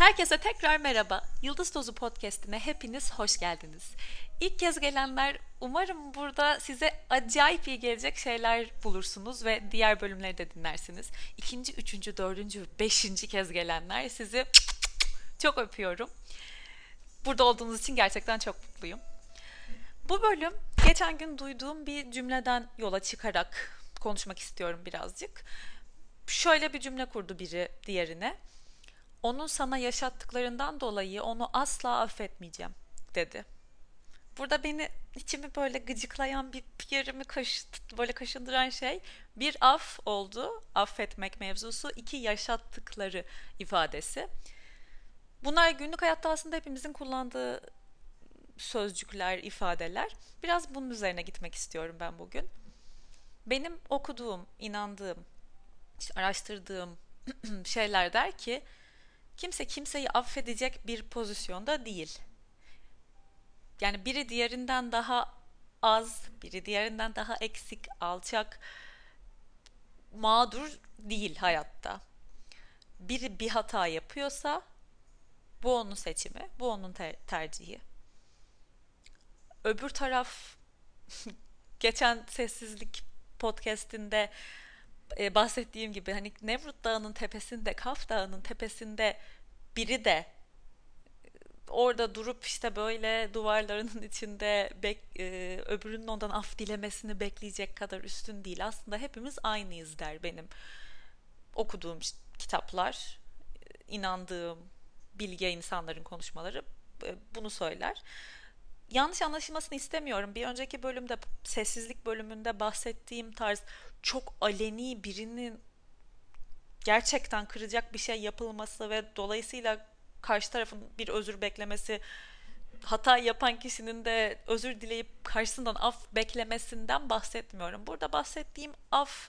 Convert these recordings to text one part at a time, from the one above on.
Herkese tekrar merhaba. Yıldız Tozu Podcast'ine hepiniz hoş geldiniz. İlk kez gelenler umarım burada size acayip iyi gelecek şeyler bulursunuz ve diğer bölümleri de dinlersiniz. İkinci, üçüncü, dördüncü, beşinci kez gelenler sizi çok öpüyorum. Burada olduğunuz için gerçekten çok mutluyum. Bu bölüm geçen gün duyduğum bir cümleden yola çıkarak konuşmak istiyorum birazcık. Şöyle bir cümle kurdu biri diğerine. Onun sana yaşattıklarından dolayı onu asla affetmeyeceğim dedi. Burada beni içimi böyle gıcıklayan bir yerimi böyle kaşındıran şey bir af oldu. Affetmek mevzusu. İki yaşattıkları ifadesi. Bunlar günlük hayatta aslında hepimizin kullandığı sözcükler, ifadeler. Biraz bunun üzerine gitmek istiyorum ben bugün. Benim okuduğum, inandığım, işte araştırdığım şeyler der ki kimse kimseyi affedecek bir pozisyonda değil. Yani biri diğerinden daha az, biri diğerinden daha eksik, alçak, mağdur değil hayatta. Biri bir hata yapıyorsa bu onun seçimi, bu onun tercihi. Öbür taraf geçen sessizlik podcast'inde bahsettiğim gibi hani Nevrut Dağı'nın tepesinde, Kaf Dağı'nın tepesinde biri de orada durup işte böyle duvarlarının içinde öbürünün ondan af dilemesini bekleyecek kadar üstün değil. Aslında hepimiz aynıyız der benim okuduğum kitaplar, inandığım bilge insanların konuşmaları bunu söyler. Yanlış anlaşılmasını istemiyorum. Bir önceki bölümde, sessizlik bölümünde bahsettiğim tarz çok aleni birinin gerçekten kıracak bir şey yapılması ve dolayısıyla karşı tarafın bir özür beklemesi, hata yapan kişinin de özür dileyip karşısından af beklemesinden bahsetmiyorum. Burada bahsettiğim af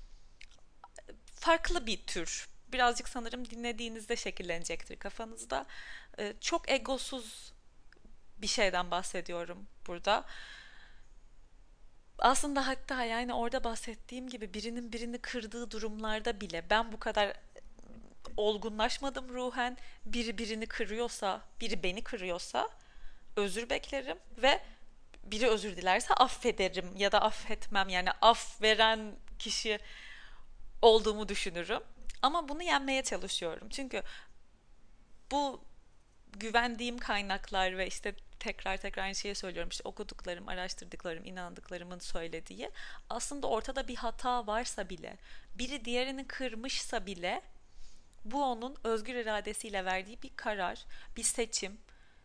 farklı bir tür. Birazcık sanırım dinlediğinizde şekillenecektir kafanızda. Çok egosuz bir şeyden bahsediyorum burada. Aslında hatta yani orada bahsettiğim gibi birinin birini kırdığı durumlarda bile ben bu kadar olgunlaşmadım ruhen. Biri birini kırıyorsa, biri beni kırıyorsa özür beklerim ve biri özür dilerse affederim ya da affetmem. Yani af veren kişi olduğumu düşünürüm. Ama bunu yenmeye çalışıyorum. Çünkü bu güvendiğim kaynaklar ve işte tekrar tekrar aynı şeyi söylüyorum. İşte okuduklarım, araştırdıklarım, inandıklarımın söylediği. Aslında ortada bir hata varsa bile, biri diğerini kırmışsa bile bu onun özgür iradesiyle verdiği bir karar, bir seçim.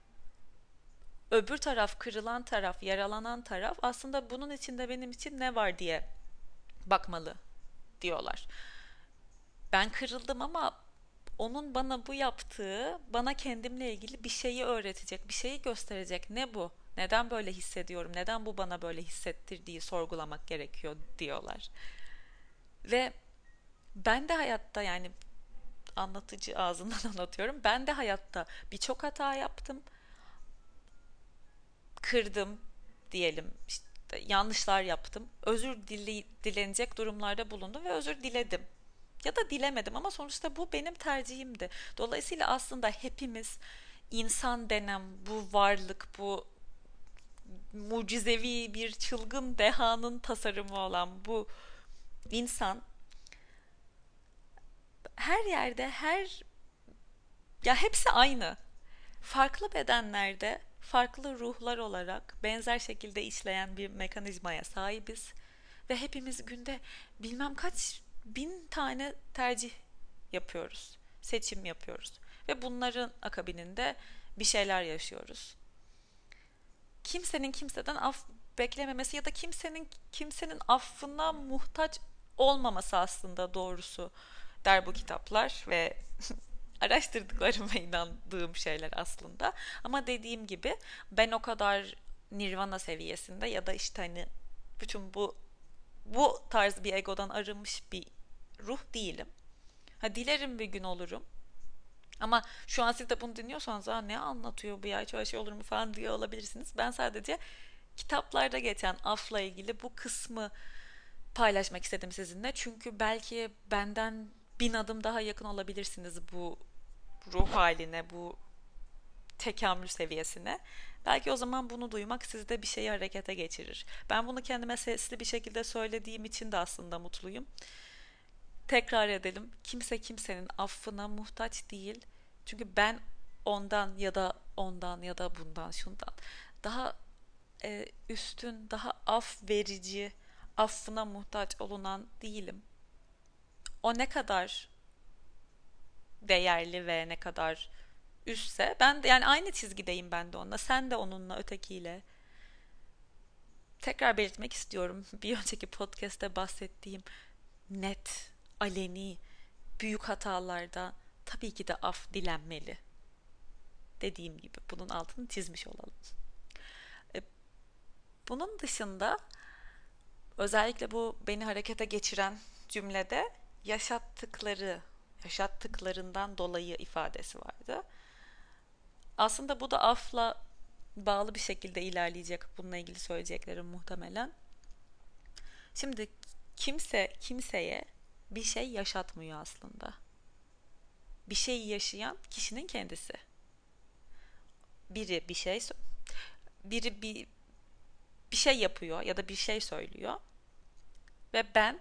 Öbür taraf, kırılan taraf, yaralanan taraf aslında bunun içinde benim için ne var diye bakmalı diyorlar. Ben kırıldım ama onun bana bu yaptığı, bana kendimle ilgili bir şeyi öğretecek, bir şeyi gösterecek. Ne bu? Neden böyle hissediyorum? Neden bu bana böyle hissettirdiği sorgulamak gerekiyor diyorlar. Ve ben de hayatta yani anlatıcı ağzından anlatıyorum. Ben de hayatta birçok hata yaptım. Kırdım diyelim. İşte yanlışlar yaptım. Dilenecek durumlarda bulundum ve özür diledim. Ya da dilemedim ama sonuçta bu benim tercihimdi. Dolayısıyla aslında hepimiz insan denen bu varlık, bu mucizevi bir çılgın dehanın tasarımı olan bu insan her yerde ya hepsi aynı. Farklı bedenlerde, farklı ruhlar olarak benzer şekilde işleyen bir mekanizmaya sahibiz ve hepimiz günde bilmem kaç bin tane tercih yapıyoruz, seçim yapıyoruz ve bunların akabininde bir şeyler yaşıyoruz. Kimsenin kimseden af beklememesi ya da kimsenin affına muhtaç olmaması aslında doğrusu der bu kitaplar ve araştırdıklarım ve inandığım şeyler aslında. Ama dediğim gibi ben o kadar nirvana seviyesinde ya da işte hani bütün bu tarz bir egodan arınmış bir ruh değilim. Ha dilerim bir gün olurum. Ama şu an siz de bunu dinliyorsanız ne anlatıyor bu ya hiç öyle şey olur mu falan diyor olabilirsiniz. Ben sadece kitaplarda geçen afla ilgili bu kısmı paylaşmak istedim sizinle. Çünkü belki benden bin adım daha yakın olabilirsiniz bu ruh haline, bu tekamül seviyesine. Belki o zaman bunu duymak sizde bir şeyi harekete geçirir. Ben bunu kendime sesli bir şekilde söylediğim için de aslında mutluyum. Tekrar edelim. Kimse kimsenin affına muhtaç değil. Çünkü ben ondan ya da bundan şundan daha üstün, daha af verici, affına muhtaç olunan değilim. O ne kadar değerli ve ne kadar üstse ben de yani aynı çizgideyim ben de onunla. Sen de onunla ötekiyle. Tekrar belirtmek istiyorum. Bir önceki podcast'te bahsettiğim net, aleni, büyük hatalarda tabii ki de af dilenmeli. Dediğim gibi bunun altını çizmiş olalım. E, Bunun dışında özellikle bu beni harekete geçiren cümlede yaşattıklarından dolayı ifadesi vardı. Aslında bu da afla bağlı bir şekilde ilerleyecek. Bununla ilgili söyleyeceklerim muhtemelen. Şimdi kimse kimseye bir şey yaşatmıyor aslında. Bir şeyi yaşayan kişinin kendisi. Biri bir şey biri bir şey yapıyor ya da bir şey söylüyor ve ben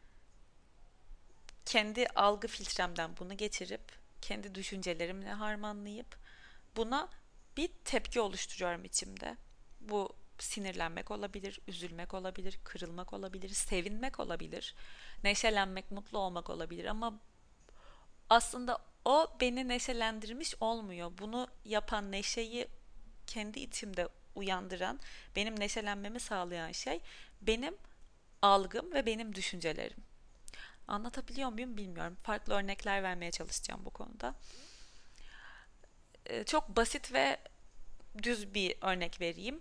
kendi algı filtremden bunu geçirip kendi düşüncelerimle harmanlayıp buna bir tepki oluşturuyorum içimde. Bu sinirlenmek olabilir, üzülmek olabilir, kırılmak olabilir, sevinmek olabilir, neşelenmek, mutlu olmak olabilir ama aslında o beni neşelendirmiş olmuyor. Bunu yapan neşeyi kendi içimde uyandıran, benim neşelenmemi sağlayan şey benim algım ve benim düşüncelerim. Anlatabiliyor muyum bilmiyorum. Farklı örnekler vermeye çalışacağım bu konuda. Çok basit ve düz bir örnek vereyim.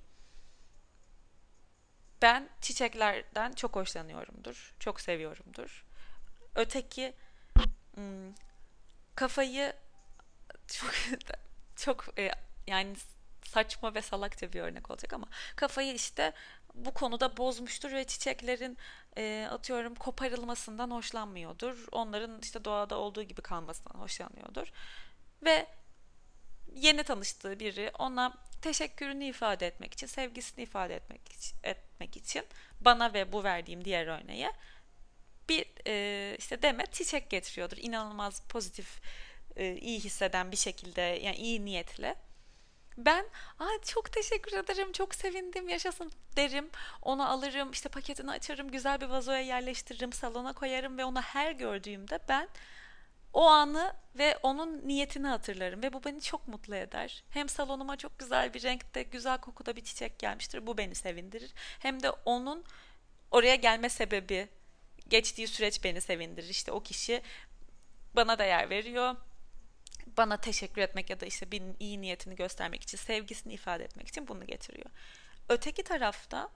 Ben çiçeklerden çok hoşlanıyorumdur. Çok seviyorumdur. Öteki hmm, kafayı çok çok yani saçma ve salakça bir örnek olacak ama kafayı işte bu konuda bozmuştur ve çiçeklerin atıyorum koparılmasından hoşlanmıyordur. Onların işte doğada olduğu gibi kalmasından hoşlanıyordur. Ve yeni tanıştığı biri ona teşekkürünü ifade etmek için, sevgisini ifade etmek için bana ve bu verdiğim diğer örneğe bir işte demet çiçek getiriyordur. İnanılmaz pozitif, iyi hisseden bir şekilde yani iyi niyetle. Ben çok teşekkür ederim, çok sevindim, yaşasın derim. Onu alırım, işte paketini açarım, güzel bir vazoya yerleştiririm, salona koyarım ve onu her gördüğümde ben o anı ve onun niyetini hatırlarım ve bu beni çok mutlu eder. Hem salonuma çok güzel bir renkte, güzel kokuda bir çiçek gelmiştir. Bu beni sevindirir. Hem de onun oraya gelme sebebi, geçtiği süreç beni sevindirir. İşte o kişi bana değer veriyor. Bana teşekkür etmek ya da işte bir iyi niyetini göstermek için, sevgisini ifade etmek için bunu getiriyor. Öteki tarafta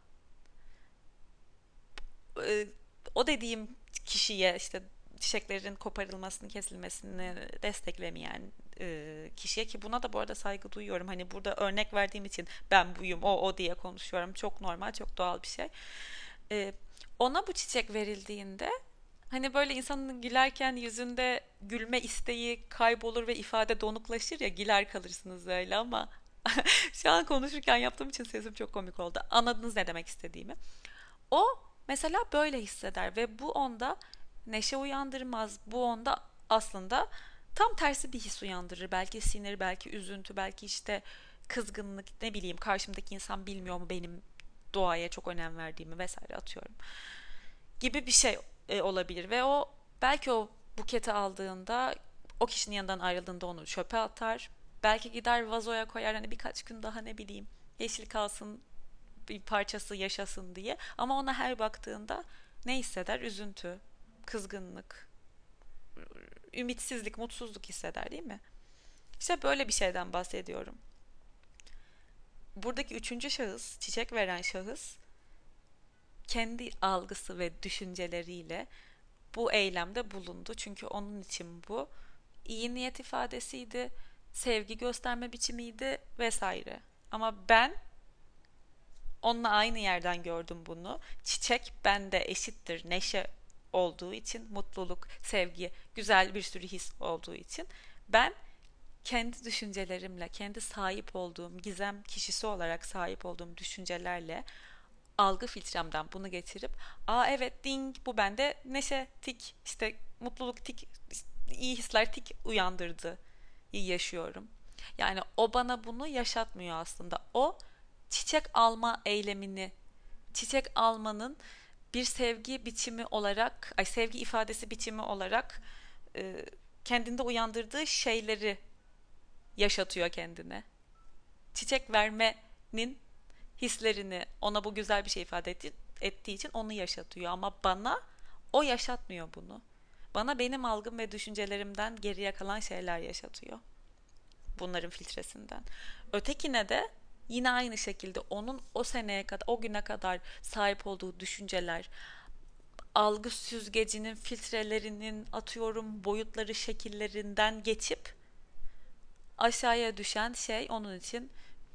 e, o dediğim kişiye işte çiçeklerin koparılmasını, kesilmesini desteklemeyen kişiye ki buna da bu arada saygı duyuyorum. Hani burada örnek verdiğim için ben buyum, o diye konuşuyorum. Çok normal, çok doğal bir şey. E, Ona bu çiçek verildiğinde hani böyle insanın gülerken yüzünde gülme isteği kaybolur ve ifade donuklaşır ya güler kalırsınız öyle ama şu an konuşurken yaptığım için sesim çok komik oldu. Anladınız ne demek istediğimi. O mesela böyle hisseder ve bu onda neşe uyandırmaz. Bu onda aslında tam tersi bir his uyandırır. Belki sinir, belki üzüntü, belki işte kızgınlık, ne bileyim karşımdaki insan bilmiyor mu benim doğaya çok önem verdiğimi vesaire atıyorum. Gibi bir şey olabilir ve o belki o buketi aldığında o kişinin yanından ayrıldığında onu çöpe atar. Belki gider vazoya koyar hani birkaç gün daha ne bileyim yeşil kalsın bir parçası yaşasın diye. Ama ona her baktığında ne hisseder? Üzüntü, kızgınlık, ümitsizlik, mutsuzluk hisseder değil mi? İşte böyle bir şeyden bahsediyorum. Buradaki üçüncü şahıs, çiçek veren şahıs kendi algısı ve düşünceleriyle bu eylemde bulundu. Çünkü onun için bu iyi niyet ifadesiydi, sevgi gösterme biçimiydi vesaire. Ama ben onunla aynı yerden gördüm bunu. Çiçek bende eşittir neşe olduğu için, mutluluk, sevgi, güzel bir sürü his olduğu için ben kendi düşüncelerimle, kendi sahip olduğum, gizem kişisi olarak sahip olduğum düşüncelerle algı filtremden bunu geçirip, aa evet ding bu bende neşe tik, işte mutluluk tik, işte iyi hisler tik uyandırdı yaşıyorum. Yani o bana bunu yaşatmıyor aslında. O çiçek alma eylemini, çiçek almanın bir sevgi biçimi olarak, ay sevgi ifadesi biçimi olarak e, kendinde uyandırdığı şeyleri yaşatıyor kendine. Çiçek vermenin hislerini ona bu güzel bir şey ettiği için onu yaşatıyor ama bana o yaşatmıyor bunu. Bana benim algım ve düşüncelerimden geriye kalan şeyler yaşatıyor. Bunların filtresinden. Ötekine de yine aynı şekilde onun o seneye kadar, o güne kadar sahip olduğu düşünceler, algı süzgecinin filtrelerinin atıyorum boyutları, şekillerinden geçip aşağıya düşen şey onun için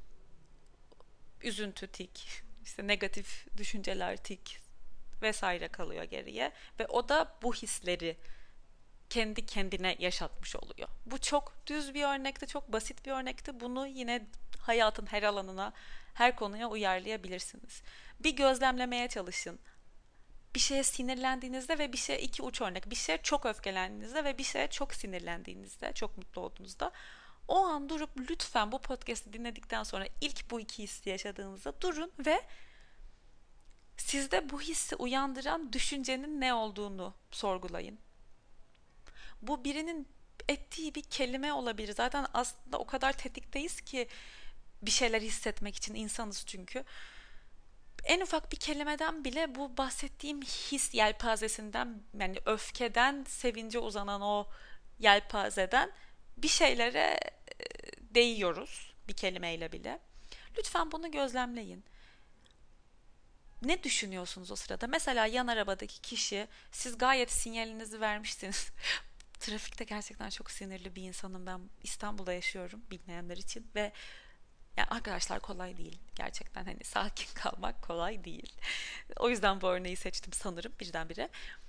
üzüntü tik, işte negatif düşünceler tik vesaire kalıyor geriye ve o da bu hisleri kendi kendine yaşatmış oluyor. Bu çok düz bir örnekti, çok basit bir örnekti. Bunu yine hayatın her alanına, her konuya uyarlayabilirsiniz. Bir gözlemlemeye çalışın. Bir şeye sinirlendiğinizde ve bir şeye iki uç örnek. Bir şeye çok öfkelendiğinizde ve bir şeye çok sinirlendiğinizde, çok mutlu olduğunuzda o an durup lütfen bu podcast'i dinledikten sonra ilk bu iki hissi yaşadığınızda durun ve sizde bu hissi uyandıran düşüncenin ne olduğunu sorgulayın. Bu birinin ettiği bir kelime olabilir. Zaten aslında o kadar tetikteyiz ki bir şeyler hissetmek için insanız çünkü. En ufak bir kelimeden bile bu bahsettiğim his yelpazesinden yani öfkeden sevince uzanan o yelpazeden bir şeylere değiyoruz bir kelimeyle bile. Lütfen bunu gözlemleyin. Ne düşünüyorsunuz o sırada? Mesela yan arabadaki kişi siz gayet sinyalinizi vermişsiniz. Trafikte gerçekten çok sinirli bir insanım ben. İstanbul'da yaşıyorum bilmeyenler için ve yani arkadaşlar kolay değil. Gerçekten hani sakin kalmak kolay değil. O yüzden bu örneği seçtim sanırım birdenbire.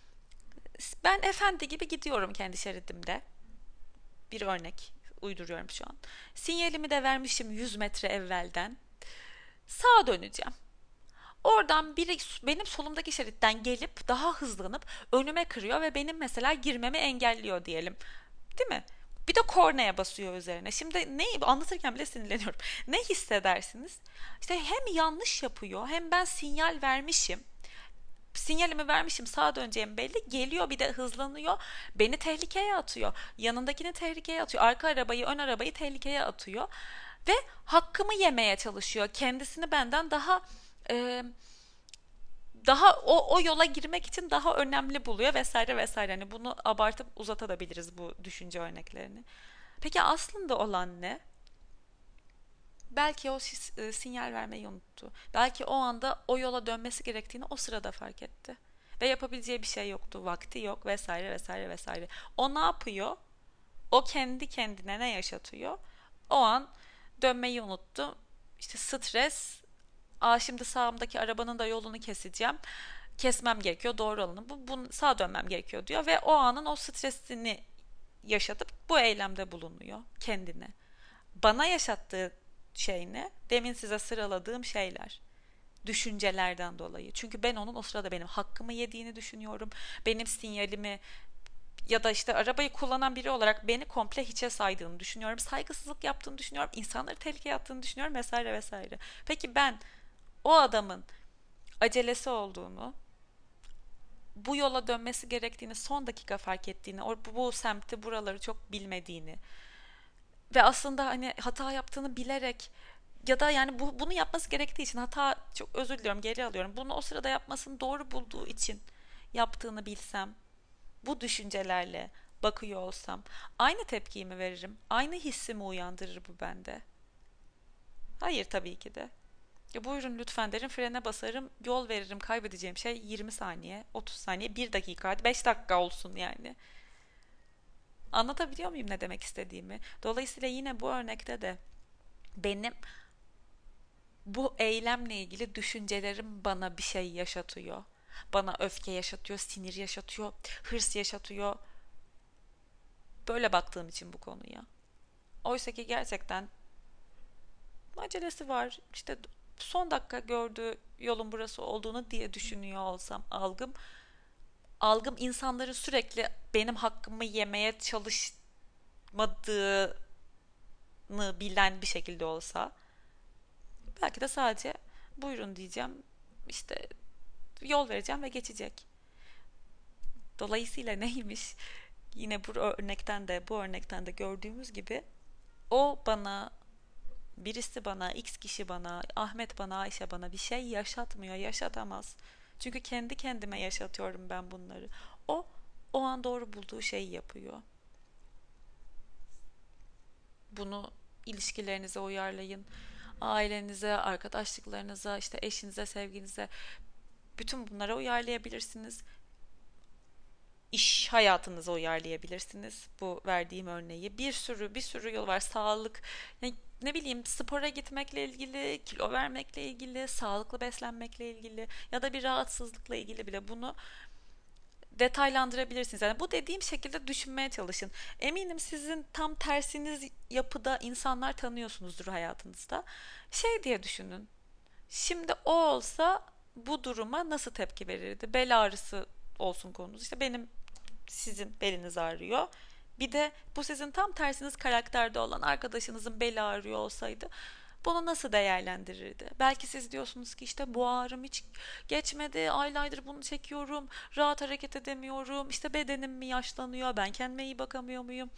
Ben efendi gibi gidiyorum kendi şeridimde. Bir örnek uyduruyorum şu an. Sinyalimi de vermişim 100 metre evvelden. Sağa döneceğim. Oradan biri benim solumdaki şeritten gelip daha hızlanıp önüme kırıyor ve benim mesela girmemi engelliyor diyelim. Değil mi? Bir de kornaya basıyor üzerine. Şimdi neyi anlatırken bile sinirleniyorum. Ne hissedersiniz? İşte hem yanlış yapıyor hem ben sinyal vermişim. Sinyalimi vermişim sağa döneceğim belli. Geliyor bir de hızlanıyor. Beni tehlikeye atıyor. Yanındakini tehlikeye atıyor. Arka arabayı ön arabayı tehlikeye atıyor. Ve hakkımı yemeye çalışıyor. Kendisini benden e, daha o yola girmek için daha önemli buluyor vesaire vesaire. Hani bunu abartıp uzatabiliriz bu düşünce örneklerini. Peki aslında olan ne? Belki o sinyal vermeyi unuttu. Belki o anda o yola dönmesi gerektiğini o sırada fark etti. Ve yapabileceği bir şey yoktu, vakti yok vesaire vesaire vesaire. O ne yapıyor? O kendi kendine ne yaşatıyor? O an dönmeyi unuttu. İşte stres. Aa şimdi sağımdaki arabanın da yolunu keseceğim. Kesmem gerekiyor doğru olanı. Bu sağa dönmem gerekiyor diyor ve o anın o stresini yaşatıp bu eylemde bulunuyor kendine. Bana yaşattığı şey ne? Demin size sıraladığım şeyler. Düşüncelerden dolayı. Çünkü ben onun o sırada benim hakkımı yediğini düşünüyorum. Benim sinyalimi ya da işte arabayı kullanan biri olarak beni komple hiçe saydığını düşünüyorum. Saygısızlık yaptığını düşünüyorum. İnsanları tehlikeye attığını düşünüyorum vesaire vesaire. Peki ben o adamın acelesi olduğunu, bu yola dönmesi gerektiğini son dakika fark ettiğini, bu semti buraları çok bilmediğini ve aslında hani hata yaptığını bilerek ya da yani bunu yapması gerektiği için çok özür diliyorum geri alıyorum. Bunu o sırada yapmasını doğru bulduğu için yaptığını bilsem bu düşüncelerle bakıyor olsam aynı tepkiyi mi veririm? Aynı hissi mi uyandırır bu bende? Hayır tabii ki de. Ya buyurun lütfen derim frene basarım yol veririm kaybedeceğim şey 20 saniye 30 saniye 1 dakika hadi 5 dakika olsun yani. Anlatabiliyor muyum ne demek istediğimi? Dolayısıyla yine bu örnekte de benim bu eylemle ilgili düşüncelerim bana bir şey yaşatıyor. Bana öfke yaşatıyor, sinir yaşatıyor, hırs yaşatıyor. Böyle baktığım için bu konuya. Oysa ki gerçekten acelesi var. İşte son dakika gördüğü yolun burası olduğunu diye düşünüyor olsam algım insanların sürekli benim hakkımı yemeye çalışmadığını bilen bir şekilde olsa belki de sadece buyurun diyeceğim, işte yol vereceğim ve geçecek. Dolayısıyla neymiş? Yine bu örnekten de gördüğümüz gibi o bana birisi bana, X kişi bana, Ahmet bana, Ayşe bana bir şey yaşatmıyor, yaşatamaz. Çünkü kendi kendime yaşatıyorum ben bunları. O o an doğru bulduğu şeyi yapıyor. Bunu ilişkilerinize uyarlayın. Ailenize, arkadaşlıklarınıza, işte eşinize, sevginize, bütün bunlara uyarlayabilirsiniz. İş hayatınıza uyarlayabilirsiniz bu verdiğim örneği. Bir sürü yol var. Sağlık, yani ne bileyim, spora gitmekle ilgili, kilo vermekle ilgili, sağlıklı beslenmekle ilgili ya da bir rahatsızlıkla ilgili bile bunu detaylandırabilirsiniz. Yani bu dediğim şekilde düşünmeye çalışın. Eminim sizin tam tersiniz yapıda insanlar tanıyorsunuzdur hayatınızda. Şey diye düşünün. Şimdi o olsa bu duruma nasıl tepki verirdi? Bel ağrısı olsun konunuz. İşte sizin beliniz ağrıyor. Bir de bu sizin tam tersiniz karakterde olan arkadaşınızın beli ağrıyor olsaydı bunu nasıl değerlendirirdi? Belki siz diyorsunuz ki işte bu ağrım hiç geçmedi, aylardır bunu çekiyorum, rahat hareket edemiyorum, işte bedenim mi yaşlanıyor, ben kendime iyi bakamıyor muyum?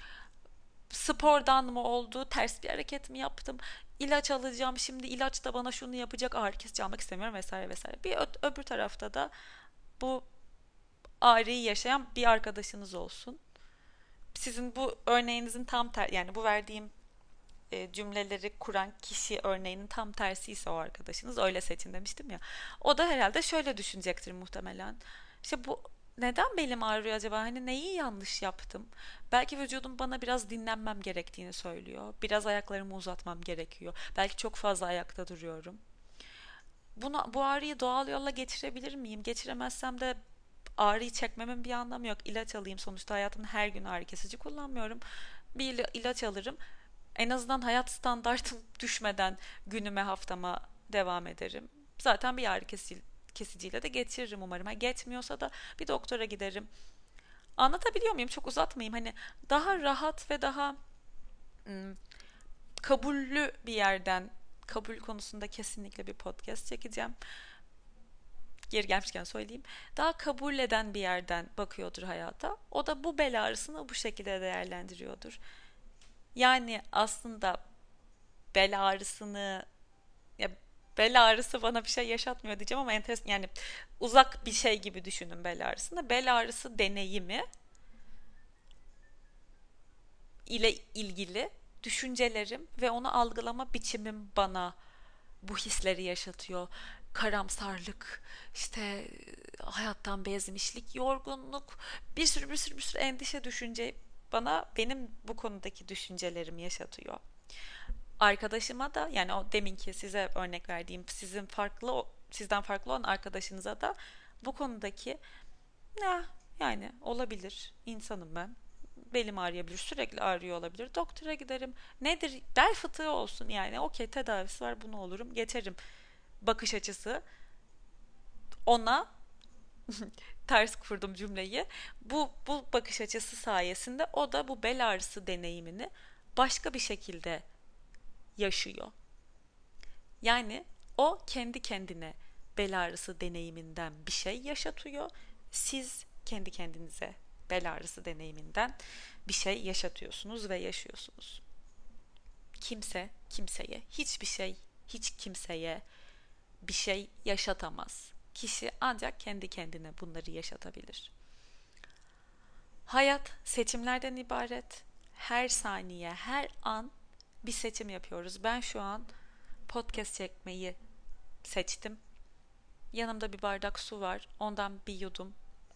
Spordan mı oldu, ters bir hareket mi yaptım? İlaç alacağım, şimdi ilaç da bana şunu yapacak, ağrı kesici almak istemiyorum vesaire vesaire. Bir öbür tarafta da bu ağrıyı yaşayan bir arkadaşınız olsun. Sizin bu örneğinizin yani bu verdiğim cümleleri kuran kişi örneğinin tam tersi ise o arkadaşınız, öyle seçin demiştim ya. O da herhalde şöyle düşünecektir muhtemelen. İşte bu neden belim ağrıyor acaba? Hani neyi yanlış yaptım? Belki vücudum bana biraz dinlenmem gerektiğini söylüyor. Biraz ayaklarımı uzatmam gerekiyor. Belki çok fazla ayakta duruyorum. Bu ağrıyı doğal yolla geçirebilir miyim? Geçiremezsem de ağrıyı çekmemin bir anlamı yok. İlaç alayım, sonuçta hayatımda her gün ağrı kesici kullanmıyorum. Bir ilaç alırım. En azından hayat standartım düşmeden günüme, haftama devam ederim. Zaten bir kesiciyle de geçiririm umarım. Ha, geçmiyorsa da bir doktora giderim. Anlatabiliyor muyum? Çok uzatmayayım. Hani daha rahat ve daha ım, kabullü bir yerden, kabul konusunda kesinlikle bir podcast çekeceğim. Geri gelmişken söyleyeyim. Daha kabul eden bir yerden bakıyordur hayata. O da bu bel ağrısını bu şekilde değerlendiriyordur. Yani aslında bel ağrısını ya bel ağrısı bana bir şey yaşatmıyor diyeceğim ama enteresan, yani uzak bir şey gibi düşünün bel ağrısını. Bel ağrısı deneyimi ile ilgili düşüncelerim ve onu algılama biçimim bana bu hisleri yaşatıyor. Karamsarlık, işte hayattan bezmişlik, yorgunluk, bir sürü endişe, düşünce benim bu konudaki düşüncelerimi yaşatıyor. Arkadaşıma da, yani o deminki size örnek verdiğim sizden farklı olan arkadaşınıza da bu konudaki ya yani olabilir, insanım ben, belim ağrıyabilir, sürekli ağrıyor olabilir, doktora giderim, nedir, bel fıtığı olsun, yani okey, tedavisi var, bunu olurum geçerim bakış açısı ona ters kurdum cümleyi. Bu bakış açısı sayesinde o da bu bel ağrısı deneyimini başka bir şekilde yaşıyor. Yani o kendi kendine bel ağrısı deneyiminden bir şey yaşatıyor. Siz kendi kendinize bel ağrısı deneyiminden bir şey yaşatıyorsunuz ve yaşıyorsunuz. Kimse kimseye, hiçbir şey hiç kimseye bir şey yaşatamaz. Kişi ancak kendi kendine bunları yaşatabilir. Hayat seçimlerden ibaret. Her saniye, her an bir seçim yapıyoruz. Ben şu an podcast çekmeyi seçtim. Yanımda bir bardak su var. Ondan bir yudum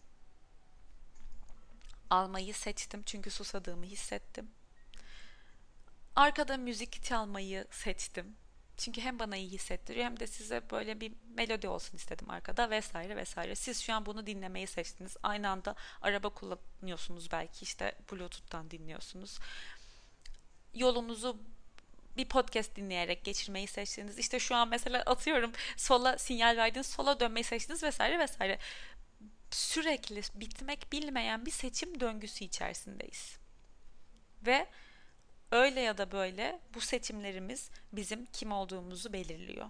almayı seçtim. Çünkü susadığımı hissettim. Arkada müzik çalmayı seçtim. Çünkü hem bana iyi hissettiriyor hem de size böyle bir melodi olsun istedim arkada, vesaire vesaire. Siz şu an bunu dinlemeyi seçtiniz. Aynı anda araba kullanıyorsunuz belki, işte Bluetooth'tan dinliyorsunuz. yolunuzu bir podcast dinleyerek geçirmeyi seçtiniz. İşte şu an mesela atıyorum sola sinyal verdiniz, sola dönmeyi seçtiniz vesaire vesaire. Sürekli bitmek bilmeyen bir seçim döngüsü içerisindeyiz. Ve öyle ya da böyle bu seçimlerimiz bizim kim olduğumuzu belirliyor.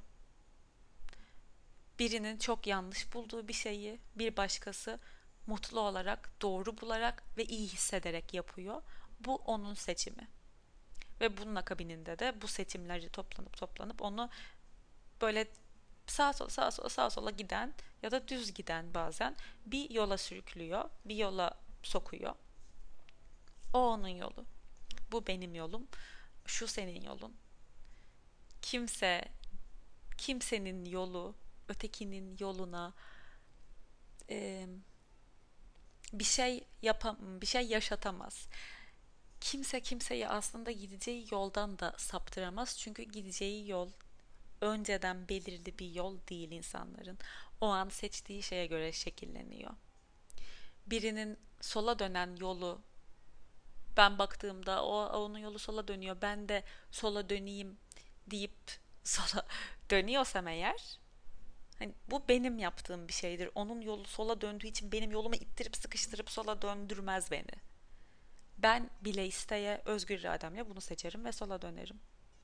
Birinin çok yanlış bulduğu bir şeyi bir başkası mutlu olarak, doğru bularak ve iyi hissederek yapıyor. Bu onun seçimi. Ve bunun akabininde de bu seçimleri toplanıp onu böyle sağa sola giden ya da düz giden bazen bir yola sürüklüyor, bir yola sokuyor. O onun yolu. Bu benim yolum. Şu senin yolun. Kimse kimsenin yolu ötekinin yoluna e, bir şey yaşatamaz. Kimse kimseyi aslında gideceği yoldan da saptıramaz. Çünkü gideceği yol önceden belirli bir yol değil insanların. O an seçtiği şeye göre şekilleniyor. Birinin sola dönen yolu ben baktığımda onun yolu sola dönüyor. Ben de sola döneyim deyip sola dönüyorsam eğer hani bu benim yaptığım bir şeydir. Onun yolu sola döndüğü için benim yolumu ittirip sıkıştırıp sola döndürmez beni. Ben bile isteye özgür irademle bunu seçerim ve sola dönerim.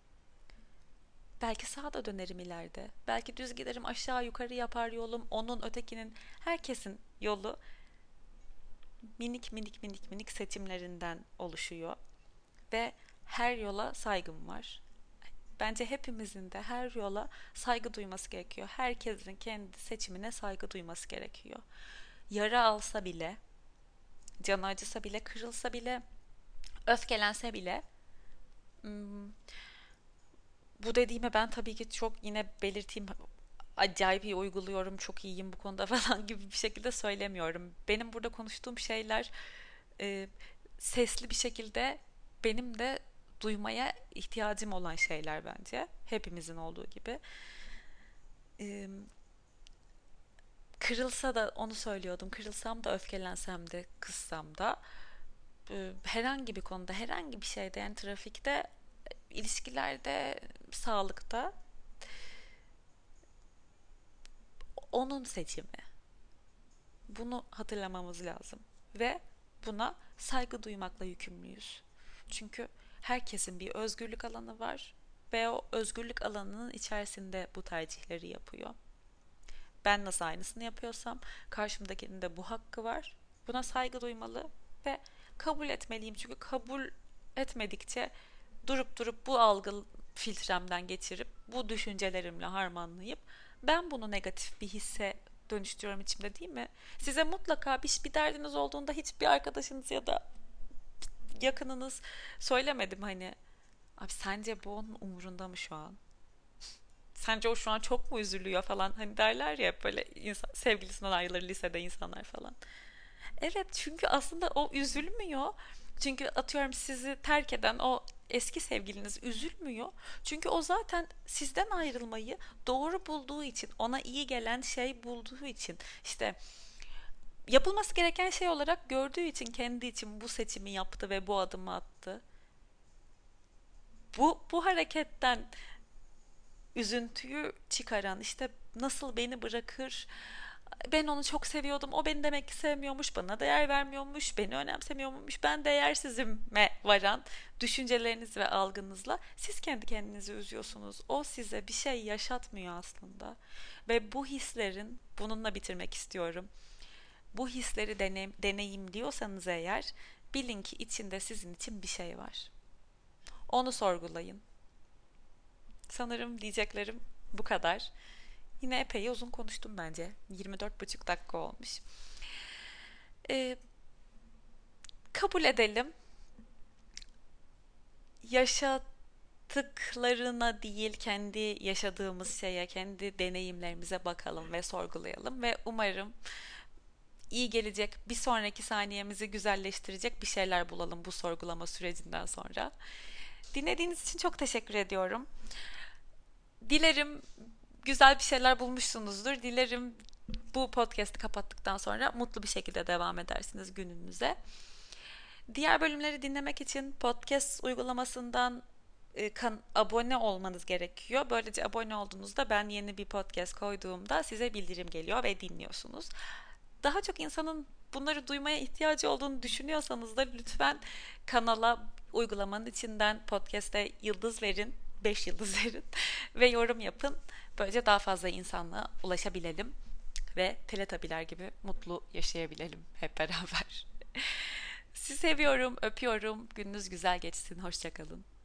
Belki sağa da dönerim ileride. Belki düz giderim, aşağı yukarı yapar yolum. Onun, ötekinin, herkesin yolu minik seçimlerinden oluşuyor. Ve her yola saygım var. Bence hepimizin de her yola saygı duyması gerekiyor. Herkesin kendi seçimine saygı duyması gerekiyor. Yara alsa bile, canı acısa bile, kırılsa bile, öfkelense bile, bu dediğime ben tabii ki çok yine belirteyim, acayip iyi uyguluyorum, çok iyiyim bu konuda falan gibi bir şekilde söylemiyorum. Benim burada konuştuğum şeyler e, sesli bir şekilde benim de duymaya ihtiyacım olan şeyler bence. Hepimizin olduğu gibi. E, Kırılsa da onu söylüyordum. Kırılsam da, öfkelensem de, kızsam da herhangi bir konuda, herhangi bir şeyde, yani trafikte, ilişkilerde, sağlıkta onun seçimi. Bunu hatırlamamız lazım. Ve buna saygı duymakla yükümlüyüz. Çünkü herkesin bir özgürlük alanı var ve o özgürlük alanının içerisinde bu tercihleri yapıyor. Ben nasıl aynısını yapıyorsam karşımdakinin de bu hakkı var. Buna saygı duymalı ve kabul etmeliyim. Çünkü kabul etmedikçe durup bu algı filtremden geçirip bu düşüncelerimle harmanlayıp ben bunu negatif bir hisse dönüştürüyorum içimde, değil mi? Size mutlaka bir derdiniz olduğunda hiçbir arkadaşınız ya da yakınınız söylemedi mi hani abi sence bu onun umurunda mı şu an? Sence o şu an çok mu üzülüyor falan hani derler ya böyle insan, sevgilisinden ayrılır lisede insanlar falan. Evet, çünkü aslında o üzülmüyor. Çünkü atıyorum sizi terk eden o eski sevgiliniz üzülmüyor. Çünkü o zaten sizden ayrılmayı doğru bulduğu için, ona iyi gelen şey bulduğu için, işte yapılması gereken şey olarak gördüğü için kendi için bu seçimi yaptı ve bu adımı attı. Bu hareketten üzüntüyü çıkaran, işte nasıl beni bırakır, ben onu çok seviyordum, o beni demek ki sevmiyormuş, bana değer vermiyormuş, beni önemsemiyormuş, ben değersizime varan düşünceleriniz ve algınızla siz kendi kendinizi üzüyorsunuz. O size bir şey yaşatmıyor aslında. Ve bu hislerin, bununla bitirmek istiyorum, bu hisleri deneyimliyorsanız eğer, bilin ki içinde sizin için bir şey var. Onu sorgulayın. Sanırım diyeceklerim bu kadar. Yine epey uzun konuştum bence. 24,5 dakika olmuş. Ee, Kabul edelim. Yaşadıklarına değil, kendi yaşadığımız şeye, kendi deneyimlerimize bakalım ve sorgulayalım. Ve umarım iyi gelecek, bir sonraki saniyemizi güzelleştirecek bir şeyler bulalım bu sorgulama sürecinden sonra. Dinlediğiniz için çok teşekkür ediyorum. Dilerim güzel bir şeyler bulmuşsunuzdur. Dilerim bu podcast'i kapattıktan sonra mutlu bir şekilde devam edersiniz gününüze. Diğer bölümleri dinlemek için podcast uygulamasından abone olmanız gerekiyor. Böylece abone olduğunuzda ben yeni bir podcast koyduğumda size bildirim geliyor ve dinliyorsunuz. Daha çok insanın bunları duymaya ihtiyacı olduğunu düşünüyorsanız da lütfen kanala, uygulamanın içinden podcast'e yıldız verin, 5 yıldız verin ve yorum yapın. Böylece daha fazla insanla ulaşabilelim ve Teletabiler gibi mutlu yaşayabilelim hep beraber. Sizi seviyorum, öpüyorum. Gününüz güzel geçsin. Hoşça kalın.